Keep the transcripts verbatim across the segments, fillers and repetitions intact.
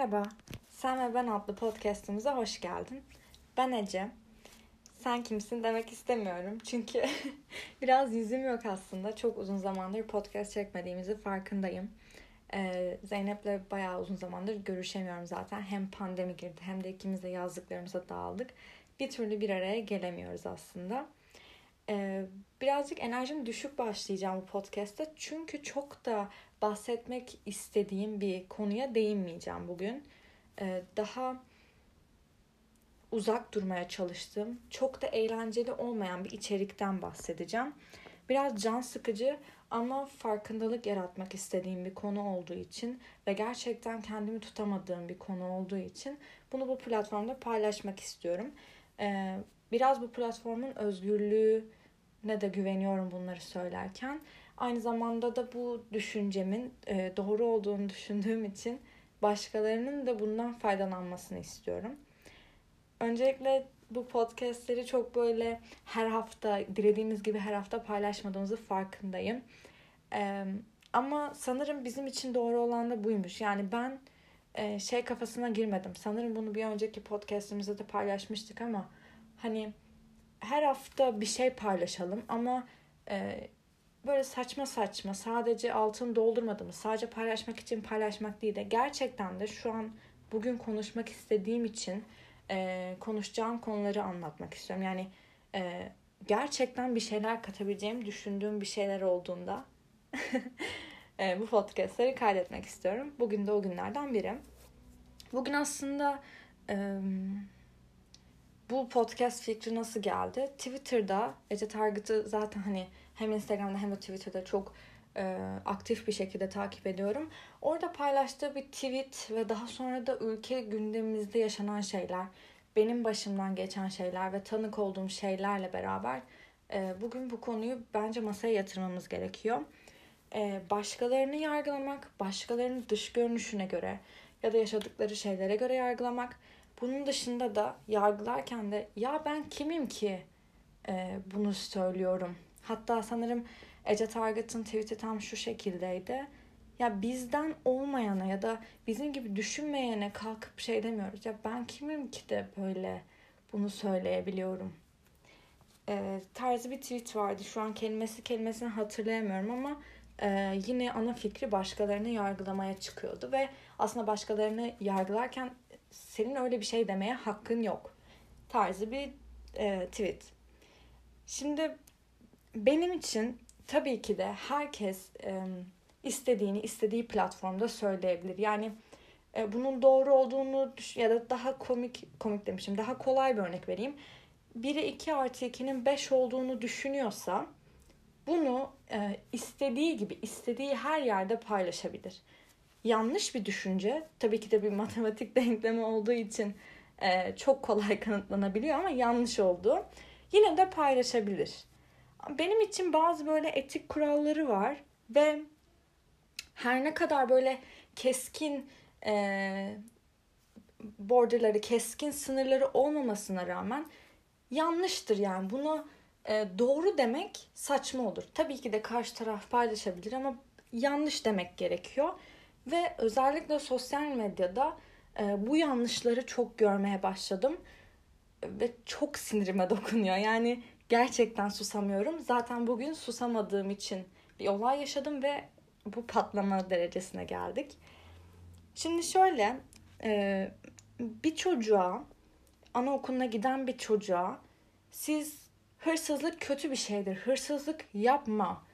Merhaba, Sen ve Ben adlı podcastımıza hoş geldin. Ben Ece. Sen kimsin demek istemiyorum çünkü biraz yüzüm yok aslında. Çok uzun zamandır podcast çekmediğimizi farkındayım. Ee, Zeynep'le bayağı uzun zamandır görüşemiyorum zaten. Hem pandemi girdi hem de ikimiz de yazdıklarımıza dağıldık. Bir türlü bir araya gelemiyoruz aslında. Ee, birazcık enerjim düşük başlayacağım bu podcast'ta. Çünkü çok da bahsetmek istediğim bir konuya değinmeyeceğim bugün. Ee, daha uzak durmaya çalıştım. Çok da eğlenceli olmayan bir içerikten bahsedeceğim. Biraz can sıkıcı ama farkındalık yaratmak istediğim bir konu olduğu için ve gerçekten kendimi tutamadığım bir konu olduğu için bunu bu platformda paylaşmak istiyorum. Ee, biraz bu platformun özgürlüğüne de güveniyorum bunları söylerken. Aynı zamanda da bu düşüncemin e, doğru olduğunu düşündüğüm için başkalarının da bundan faydalanmasını istiyorum. Öncelikle bu podcastleri çok böyle her hafta, dilediğimiz gibi her hafta paylaşmadığımızı farkındayım. Ee, ama sanırım bizim için doğru olan da buymuş. Yani ben e, şey kafasına girmedim. Sanırım bunu bir önceki podcastimizde de paylaşmıştık ama hani her hafta bir şey paylaşalım ama e, böyle saçma saçma sadece altını doldurmadığımız, sadece paylaşmak için paylaşmak değil de gerçekten de şu an bugün konuşmak istediğim için e, konuşacağım konuları anlatmak istiyorum. Yani e, gerçekten bir şeyler katabileceğimi düşündüğüm bir şeyler olduğunda e, bu podcastları kaydetmek istiyorum. Bugün de o günlerden biri. Bugün aslında e, bu podcast fikri nasıl geldi? Twitter'da Ece Target'ı zaten hani hem Instagram'da hem de Twitter'da çok e, aktif bir şekilde takip ediyorum. Orada paylaştığı bir tweet ve daha sonra da ülke gündemimizde yaşanan şeyler, benim başımdan geçen şeyler ve tanık olduğum şeylerle beraber e, bugün bu konuyu bence masaya yatırmamız gerekiyor. E, başkalarını yargılamak, başkalarının dış görünüşüne göre ya da yaşadıkları şeylere göre yargılamak. Bunun dışında da yargılarken de ya ben kimim ki e, bunu söylüyorum. Hatta sanırım Ece Target'ın tweet'i tam şu şekildeydi. Ya bizden olmayana ya da bizim gibi düşünmeyene kalkıp şey demiyoruz. Ya ben kimim ki de böyle bunu söyleyebiliyorum. E, tarzı bir tweet vardı. Şu an kelimesi kelimesini hatırlayamıyorum ama e, yine ana fikri başkalarını yargılamaya çıkıyordu ve aslında başkalarını yargılarken senin öyle bir şey demeye hakkın yok tarzı bir e, tweet. Şimdi benim için tabii ki de herkes e, istediğini istediği platformda söyleyebilir. Yani e, bunun doğru olduğunu ya da daha komik komik demişim daha kolay bir örnek vereyim. biri iki artı ikinin beş olduğunu düşünüyorsa bunu e, istediği gibi istediği her yerde paylaşabilir. Yanlış bir düşünce tabii ki de bir matematik denklemi olduğu için e, çok kolay kanıtlanabiliyor ama yanlış olduğu yine de paylaşabilir. Benim için bazı böyle etik kuralları var ve her ne kadar böyle keskin e, borderları, keskin sınırları olmamasına rağmen yanlıştır yani. Bunu e, doğru demek saçma olur. Tabii ki de karşı taraf paylaşabilir ama yanlış demek gerekiyor. Ve özellikle sosyal medyada e, bu yanlışları çok görmeye başladım. Ve çok sinirime dokunuyor. Yani gerçekten susamıyorum. Zaten bugün susamadığım için bir olay yaşadım ve bu patlama derecesine geldik. Şimdi şöyle, e, bir çocuğa, anaokuluna giden bir çocuğa siz hırsızlık kötü bir şeydir, hırsızlık yapma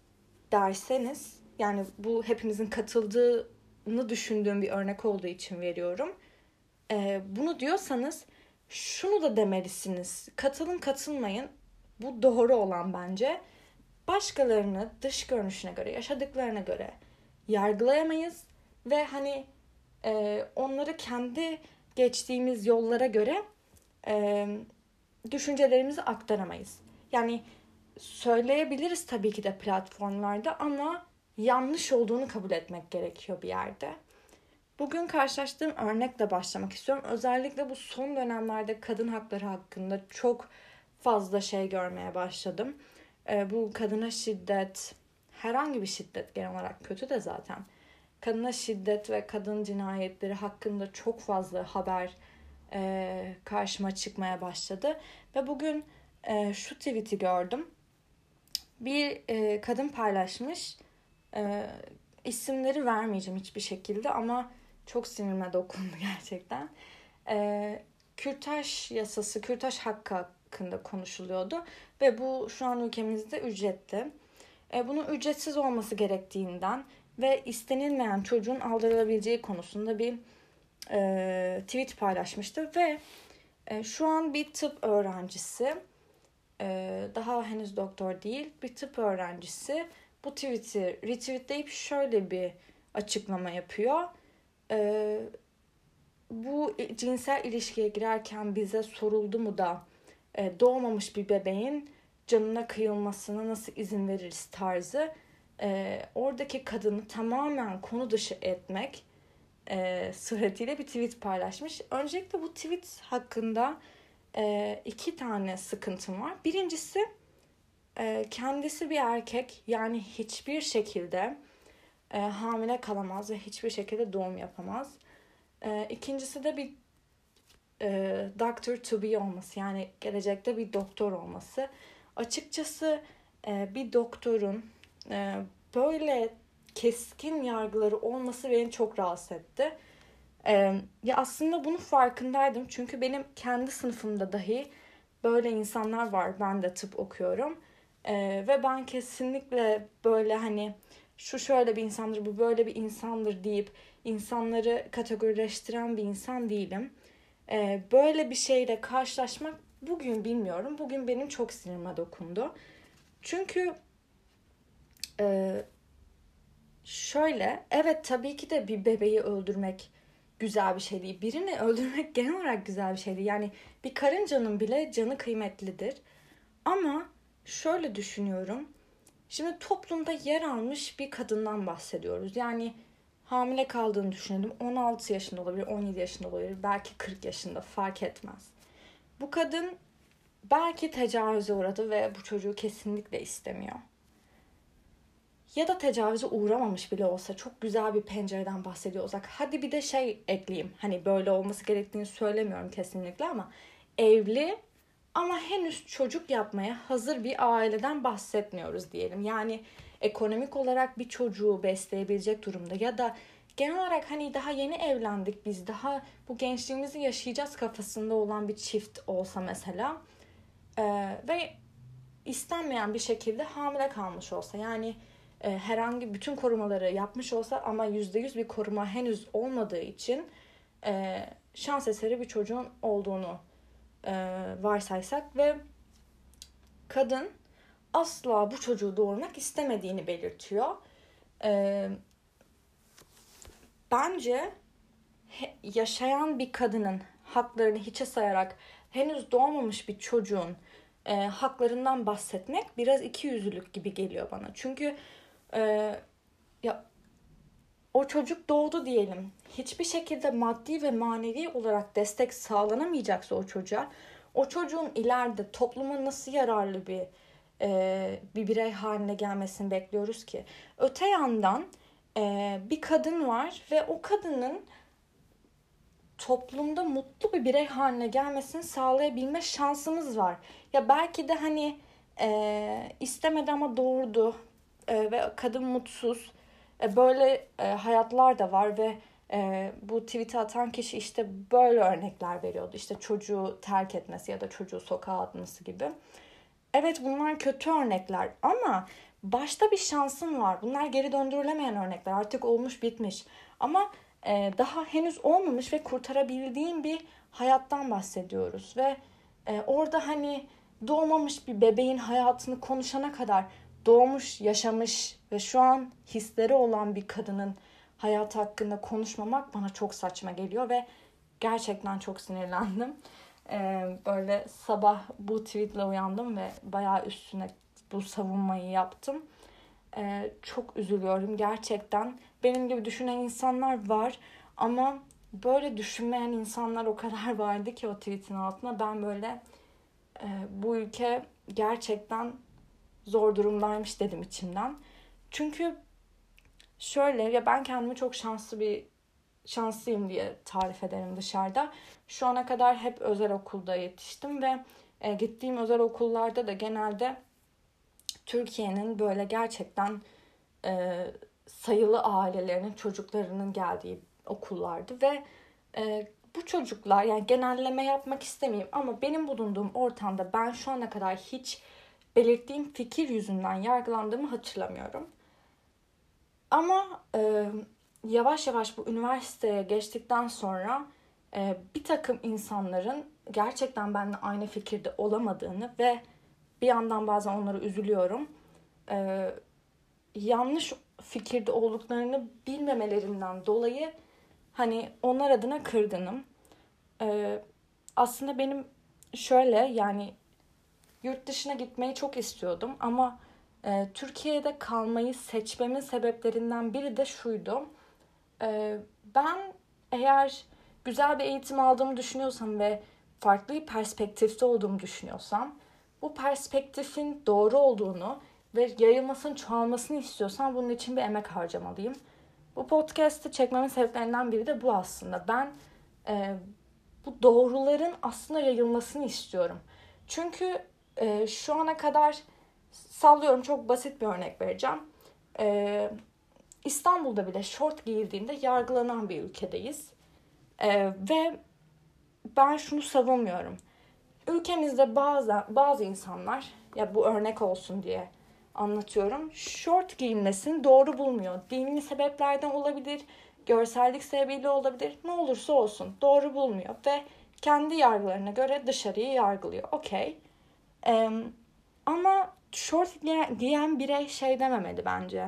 derseniz, yani bu hepimizin katıldığını düşündüğüm bir örnek olduğu için veriyorum. Ee, bunu diyorsanız şunu da demelisiniz. Katılın katılmayın. Bu doğru olan bence. Başkalarını dış görünüşüne göre, yaşadıklarına göre yargılayamayız. Ve hani e, onları kendi geçtiğimiz yollara göre e, düşüncelerimizi aktaramayız. Yani söyleyebiliriz tabii ki de platformlarda ama yanlış olduğunu kabul etmek gerekiyor bir yerde. Bugün karşılaştığım örnekle başlamak istiyorum. Özellikle bu son dönemlerde kadın hakları hakkında çok fazla şey görmeye başladım. Ee, bu kadına şiddet, herhangi bir şiddet genel olarak kötü de zaten. kadına şiddet ve kadın cinayetleri hakkında çok fazla haber e, karşıma çıkmaya başladı. Ve bugün e, şu tweet'i gördüm. Bir e, kadın paylaşmış. E, isimleri vermeyeceğim hiçbir şekilde ama çok sinirime dokundu gerçekten. E, Kürtaj yasası, Kürtaj hakkı hakkında konuşuluyordu. Ve bu şu an ülkemizde ücretli. E, bunun ücretsiz olması gerektiğinden ve istenilmeyen çocuğun aldırılabileceği konusunda bir e, tweet paylaşmıştı. Ve e, şu an bir tıp öğrencisi, e, daha henüz doktor değil, bir tıp öğrencisi bu tweet'i retweetleyip şöyle bir açıklama yapıyor. E, bu cinsel ilişkiye girerken bize soruldu mu da e, doğmamış bir bebeğin canına kıyılmasına nasıl izin veririz tarzı. E, oradaki kadını tamamen konu dışı etmek e, suretiyle bir tweet paylaşmış. Öncelikle bu tweet hakkında e, iki tane sıkıntım var. Birincisi e, kendisi bir erkek, yani hiçbir şekilde e, hamile kalamaz ve hiçbir şekilde doğum yapamaz. E, ikincisi de bir e, doctor to be olması, yani gelecekte bir doktor olması. Açıkçası e, bir doktorun e, böyle keskin yargıları olması beni çok rahatsız etti. E, ya aslında bunun farkındaydım çünkü benim kendi sınıfımda dahi böyle insanlar var. Ben de tıp okuyorum e, ve ben kesinlikle böyle hani şu şöyle bir insandır, bu böyle bir insandır deyip insanları kategorileştiren bir insan değilim. E, böyle bir şeyle karşılaşmak bugün bilmiyorum. Bugün benim çok sinirime dokundu. Çünkü e, şöyle, evet tabii ki de bir bebeği öldürmek güzel bir şey değil. Birini öldürmek genel olarak güzel bir şey değil. Yani bir karıncanın bile canı kıymetlidir. Ama şöyle düşünüyorum. Şimdi toplumda yer almış bir kadından bahsediyoruz. Yani hamile kaldığını düşünelim. on altı yaşında olabilir, on yedi yaşında olabilir, belki kırk yaşında, fark etmez. Bu kadın belki tecavüze uğradı ve bu çocuğu kesinlikle istemiyor. Ya da tecavüze uğramamış bile olsa, çok güzel bir pencereden bahsediyor olsak. Hadi bir de şey ekleyeyim. Hani böyle olması gerektiğini söylemiyorum kesinlikle ama evli ama henüz çocuk yapmaya hazır bir aileden bahsetmiyoruz diyelim. Yani ekonomik olarak bir çocuğu besleyebilecek durumda ya da genel olarak hani daha yeni evlendik biz, daha bu gençliğimizi yaşayacağız kafasında olan bir çift olsa mesela ee, ve istenmeyen bir şekilde hamile kalmış olsa, yani e, herhangi bütün korumaları yapmış olsa ama yüzde yüz bir koruma henüz olmadığı için e, şans eseri bir çocuğun olduğunu e, varsaysak ve kadın asla bu çocuğu doğurmak istemediğini belirtiyor. E, bence he, yaşayan bir kadının haklarını hiçe sayarak henüz doğmamış bir çocuğun e, haklarından bahsetmek biraz ikiyüzlülük gibi geliyor bana. Çünkü e, ya o çocuk doğdu diyelim. Hiçbir şekilde maddi ve manevi olarak destek sağlanamayacaksa o çocuğa, o çocuğun ileride topluma nasıl yararlı bir e, bir birey haline gelmesini bekliyoruz ki? Öte yandan e, bir kadın var ve o kadının toplumda mutlu bir birey haline gelmesini sağlayabilme şansımız var. Ya belki de hani e, istemedi ama doğurdu e, ve kadın mutsuz. E, böyle e, hayatlar da var ve e, bu tweet'i atan kişi işte böyle örnekler veriyordu. İşte çocuğu terk etmesi ya da çocuğu sokağa atması gibi. Evet, bunlar kötü örnekler ama başta bir şansın var. Bunlar geri döndürülemeyen örnekler. Artık olmuş bitmiş. Ama e, daha henüz olmamış ve kurtarabildiğin bir hayattan bahsediyoruz. Ve e, orada hani doğmamış bir bebeğin hayatını konuşana kadar doğmuş, yaşamış ve şu an hisleri olan bir kadının hayatı hakkında konuşmamak bana çok saçma geliyor ve gerçekten çok sinirlendim. Ee, böyle sabah bu tweetle uyandım ve bayağı üstüne bu savunmayı yaptım. Ee, çok üzülüyorum gerçekten. Benim gibi düşünen insanlar var ama böyle düşünmeyen insanlar o kadar vardı ki o tweetin altına. Ben böyle e, bu ülke gerçekten zor durumdaymış dedim içimden. Çünkü şöyle, ya ben kendimi çok şanslı bir şanslıyım diye tarif ederim dışarıda. Şu ana kadar hep özel okulda yetiştim ve e, gittiğim özel okullarda da genelde Türkiye'nin böyle gerçekten e, sayılı ailelerinin çocuklarının geldiği okullardı ve e, bu çocuklar, yani genelleme yapmak istemeyeyim ama benim bulunduğum ortamda ben şu ana kadar hiç belirttiğim fikir yüzünden yargılandığımı hatırlamıyorum. Ama e, yavaş yavaş bu üniversiteye geçtikten sonra e, bir takım insanların gerçekten benimle aynı fikirde olamadığını ve bir yandan bazen onları üzülüyorum. E, yanlış fikirde olduklarını bilmemelerinden dolayı hani onlar adına kırgınım. E, aslında benim şöyle, yani yurt dışına gitmeyi çok istiyordum ama e, Türkiye'de kalmayı seçmemin sebeplerinden biri de şuydu. E, ben eğer güzel bir eğitim aldığımı düşünüyorsam ve farklı bir perspektifte olduğumu düşünüyorsam, bu perspektifin doğru olduğunu ve yayılmasının, çoğalmasını istiyorsam bunun için bir emek harcamalıyım. Bu podcast'ı çekmemin sebeplerinden biri de bu aslında. Ben e, bu doğruların aslında yayılmasını istiyorum. Çünkü e, şu ana kadar, sallıyorum, çok basit bir örnek vereceğim. E, İstanbul'da bile şort giyildiğinde yargılanan bir ülkedeyiz. E, ve ben şunu savunmuyorum. Ülkemizde bazı bazı insanlar, ya bu örnek olsun diye anlatıyorum, şort giyilmesini doğru bulmuyor. Dini sebeplerden olabilir, görsellik sebebiyle olabilir. Ne olursa olsun doğru bulmuyor ve kendi yargılarına göre dışarıyı yargılıyor. Okey. Ee, ama şort giyen, giyen birey şey dememeli bence.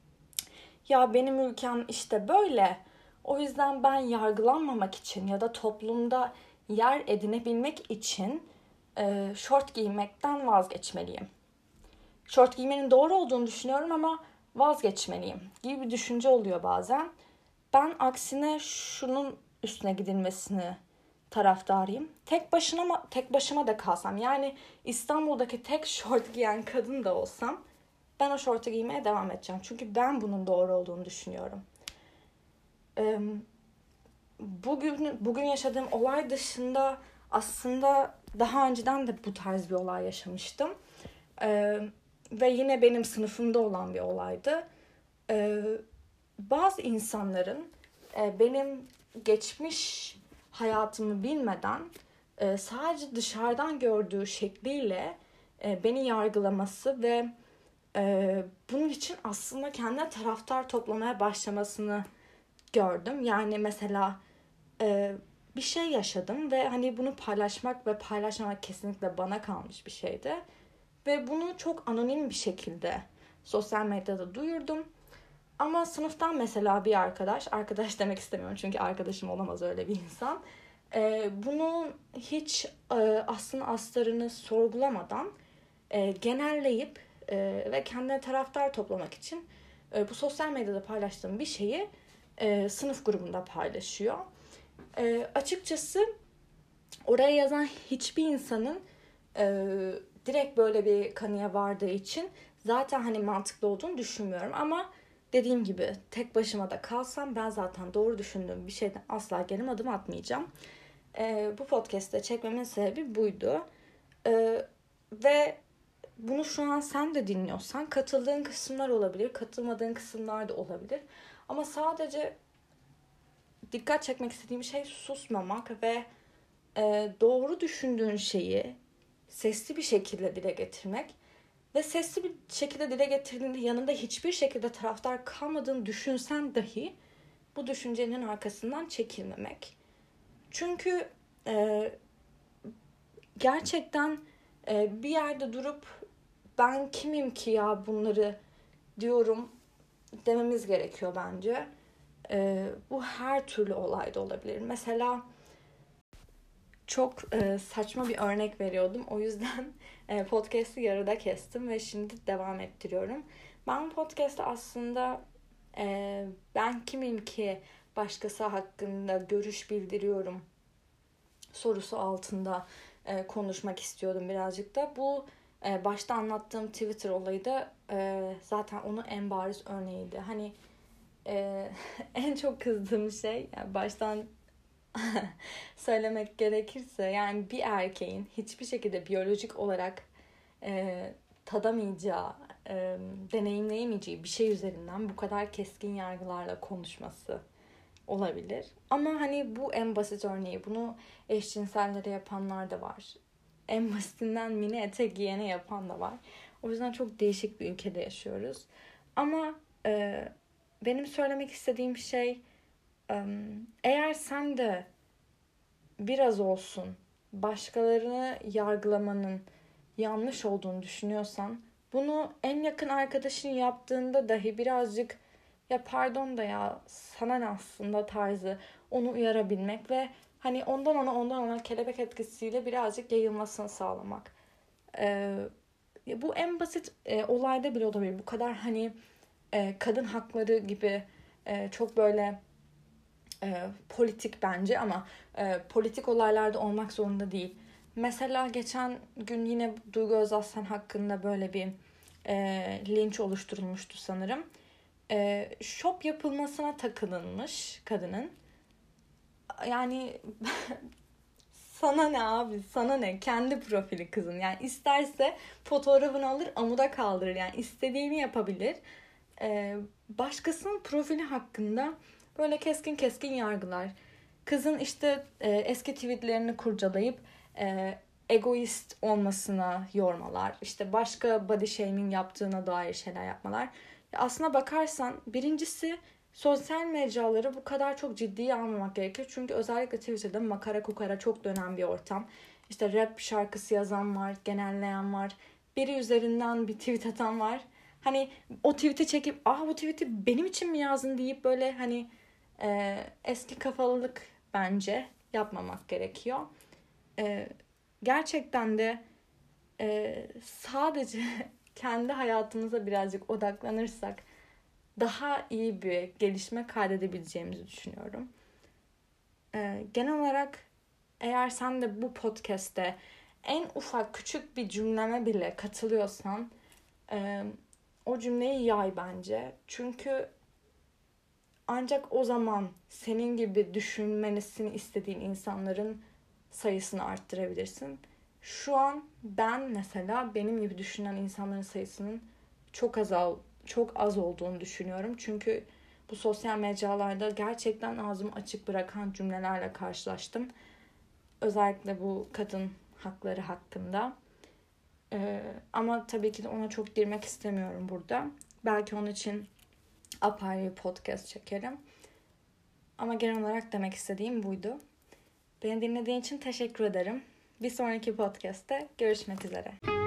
Ya benim ülkem işte böyle. O yüzden ben yargılanmamak için ya da toplumda yer edinebilmek için e, şort giymekten vazgeçmeliyim. Şort giymenin doğru olduğunu düşünüyorum ama vazgeçmeliyim gibi bir düşünce oluyor bazen. Ben aksine şunun üstüne gidilmesini taraftarıyım. Tek başına tek başıma da kalsam, yani İstanbul'daki tek şort giyen kadın da olsam, ben o şortu giymeye devam edeceğim. Çünkü ben bunun doğru olduğunu düşünüyorum. Ee, bugün bugün yaşadığım olay dışında aslında daha önceden de bu tarz bir olay yaşamıştım. Ee, ve yine benim sınıfımda olan bir olaydı. Ee, bazı insanların e, benim geçmiş hayatımı bilmeden e, sadece dışarıdan gördüğü şekliyle e, beni yargılaması ve e, bunun için aslında kendine taraftar toplamaya başlamasını gördüm. Yani mesela e, bir şey yaşadım ve hani bunu paylaşmak ve paylaşmamak kesinlikle bana kalmış bir şeydi. Ve bunu çok anonim bir şekilde sosyal medyada duyurdum. Ama sınıftan mesela bir arkadaş, arkadaş demek istemiyorum çünkü arkadaşım olamaz öyle bir insan. E, bunu hiç e, aslını astarını sorgulamadan e, genelleyip e, ve kendine taraftar toplamak için e, bu sosyal medyada paylaştığım bir şeyi e, sınıf grubunda paylaşıyor. E, açıkçası oraya yazan hiçbir insanın e, direkt böyle bir kanıya vardığı için zaten hani mantıklı olduğunu düşünmüyorum. Ama dediğim gibi tek başıma da kalsam ben zaten doğru düşündüğüm bir şeyden asla geri adım atmayacağım. E, bu podcast'te çekmemin sebebi buydu. E, ve bunu şu an sen de dinliyorsan katıldığın kısımlar olabilir, katılmadığın kısımlar da olabilir. Ama sadece dikkat çekmek istediğim şey susmamak ve e, doğru düşündüğün şeyi sesli bir şekilde dile getirmek ve sesli bir şekilde dile getirdiğinde yanında hiçbir şekilde taraftar kalmadığını düşünsen dahi bu düşüncenin arkasından çekilmemek. Çünkü e, gerçekten e, bir yerde durup ben kimim ki ya bunları diyorum dememiz gerekiyor bence. E, bu her türlü olayda olabilir. Mesela çok e, saçma bir örnek veriyordum. O yüzden e, podcast'ı yarıda kestim ve şimdi devam ettiriyorum. Ben podcast'ta aslında e, ben kimim ki başkası hakkında görüş bildiriyorum sorusu altında e, konuşmak istiyordum birazcık da. Bu e, başta anlattığım Twitter olayı da e, zaten onun en bariz örneğiydi. Hani Ee, en çok kızdığım şey, yani baştan söylemek gerekirse, yani bir erkeğin hiçbir şekilde biyolojik olarak e, tadamayacağı, e, deneyimleyemeyeceği bir şey üzerinden bu kadar keskin yargılarla konuşması olabilir. Ama hani bu en basit örneği. Bunu eşcinsellere yapanlar da var. En basitinden mini etek giyene yapan da var. O yüzden çok değişik bir ülkede yaşıyoruz. Ama e, benim söylemek istediğim şey, e, eğer sen de biraz olsun başkalarını yargılamanın yanlış olduğunu düşünüyorsan, bunu en yakın arkadaşın yaptığında dahi birazcık ya pardon da ya sana ne aslında tarzı onu uyarabilmek ve hani ondan ona ondan ona kelebek etkisiyle birazcık yayılmasını sağlamak. Ee, bu en basit e, olayda bile olabilir. Bu kadar hani e, kadın hakları gibi e, çok böyle e, politik bence, ama e, politik olaylarda olmak zorunda değil. Mesela geçen gün yine Duygu Özaslan hakkında böyle bir e, linç oluşturulmuştu sanırım. E, şop yapılmasına takılınmış kadının. Yani sana ne abi, sana ne, kendi profili kızın. Yani isterse fotoğrafını alır amuda kaldırır, yani istediğini yapabilir. E, başkasının profili hakkında böyle keskin keskin yargılar. Kızın işte e, eski tweetlerini kurcalayıp e, egoist olmasına yormalar. İşte başka body shaming yaptığına dair şeyler yapmalar. Ya aslına bakarsan birincisi sosyal mecraları bu kadar çok ciddiye almamak gerekir. Çünkü özellikle Twitter'da makara kukara çok dönen bir ortam. İşte rap şarkısı yazan var, genelleyen var. Biri üzerinden bir tweet atan var. Hani o tweet'i çekip ah bu tweet'i benim için mi yazdın deyip böyle hani e, eski kafalılık bence yapmamak gerekiyor. E, gerçekten de e, sadece kendi hayatımıza birazcık odaklanırsak daha iyi bir gelişme kaydedebileceğimizi düşünüyorum. E, genel olarak eğer sen de bu podcast'te en ufak küçük bir cümleme bile katılıyorsan e, o cümleyi yay bence. Çünkü ancak o zaman senin gibi düşünmesini istediğin insanların sayısını arttırabilirsin. Şu an ben mesela benim gibi düşünen insanların sayısının çok azal çok az olduğunu düşünüyorum. Çünkü bu sosyal mecralarda gerçekten ağzımı açık bırakan cümlelerle karşılaştım. Özellikle bu kadın hakları hakkında. Ee, ama tabii ki de ona çok girmek istemiyorum burada. Belki onun için apayrı bir podcast çekerim. Ama genel olarak demek istediğim buydu. Beni dinlediğin için teşekkür ederim. Bir sonraki podcast'te görüşmek üzere.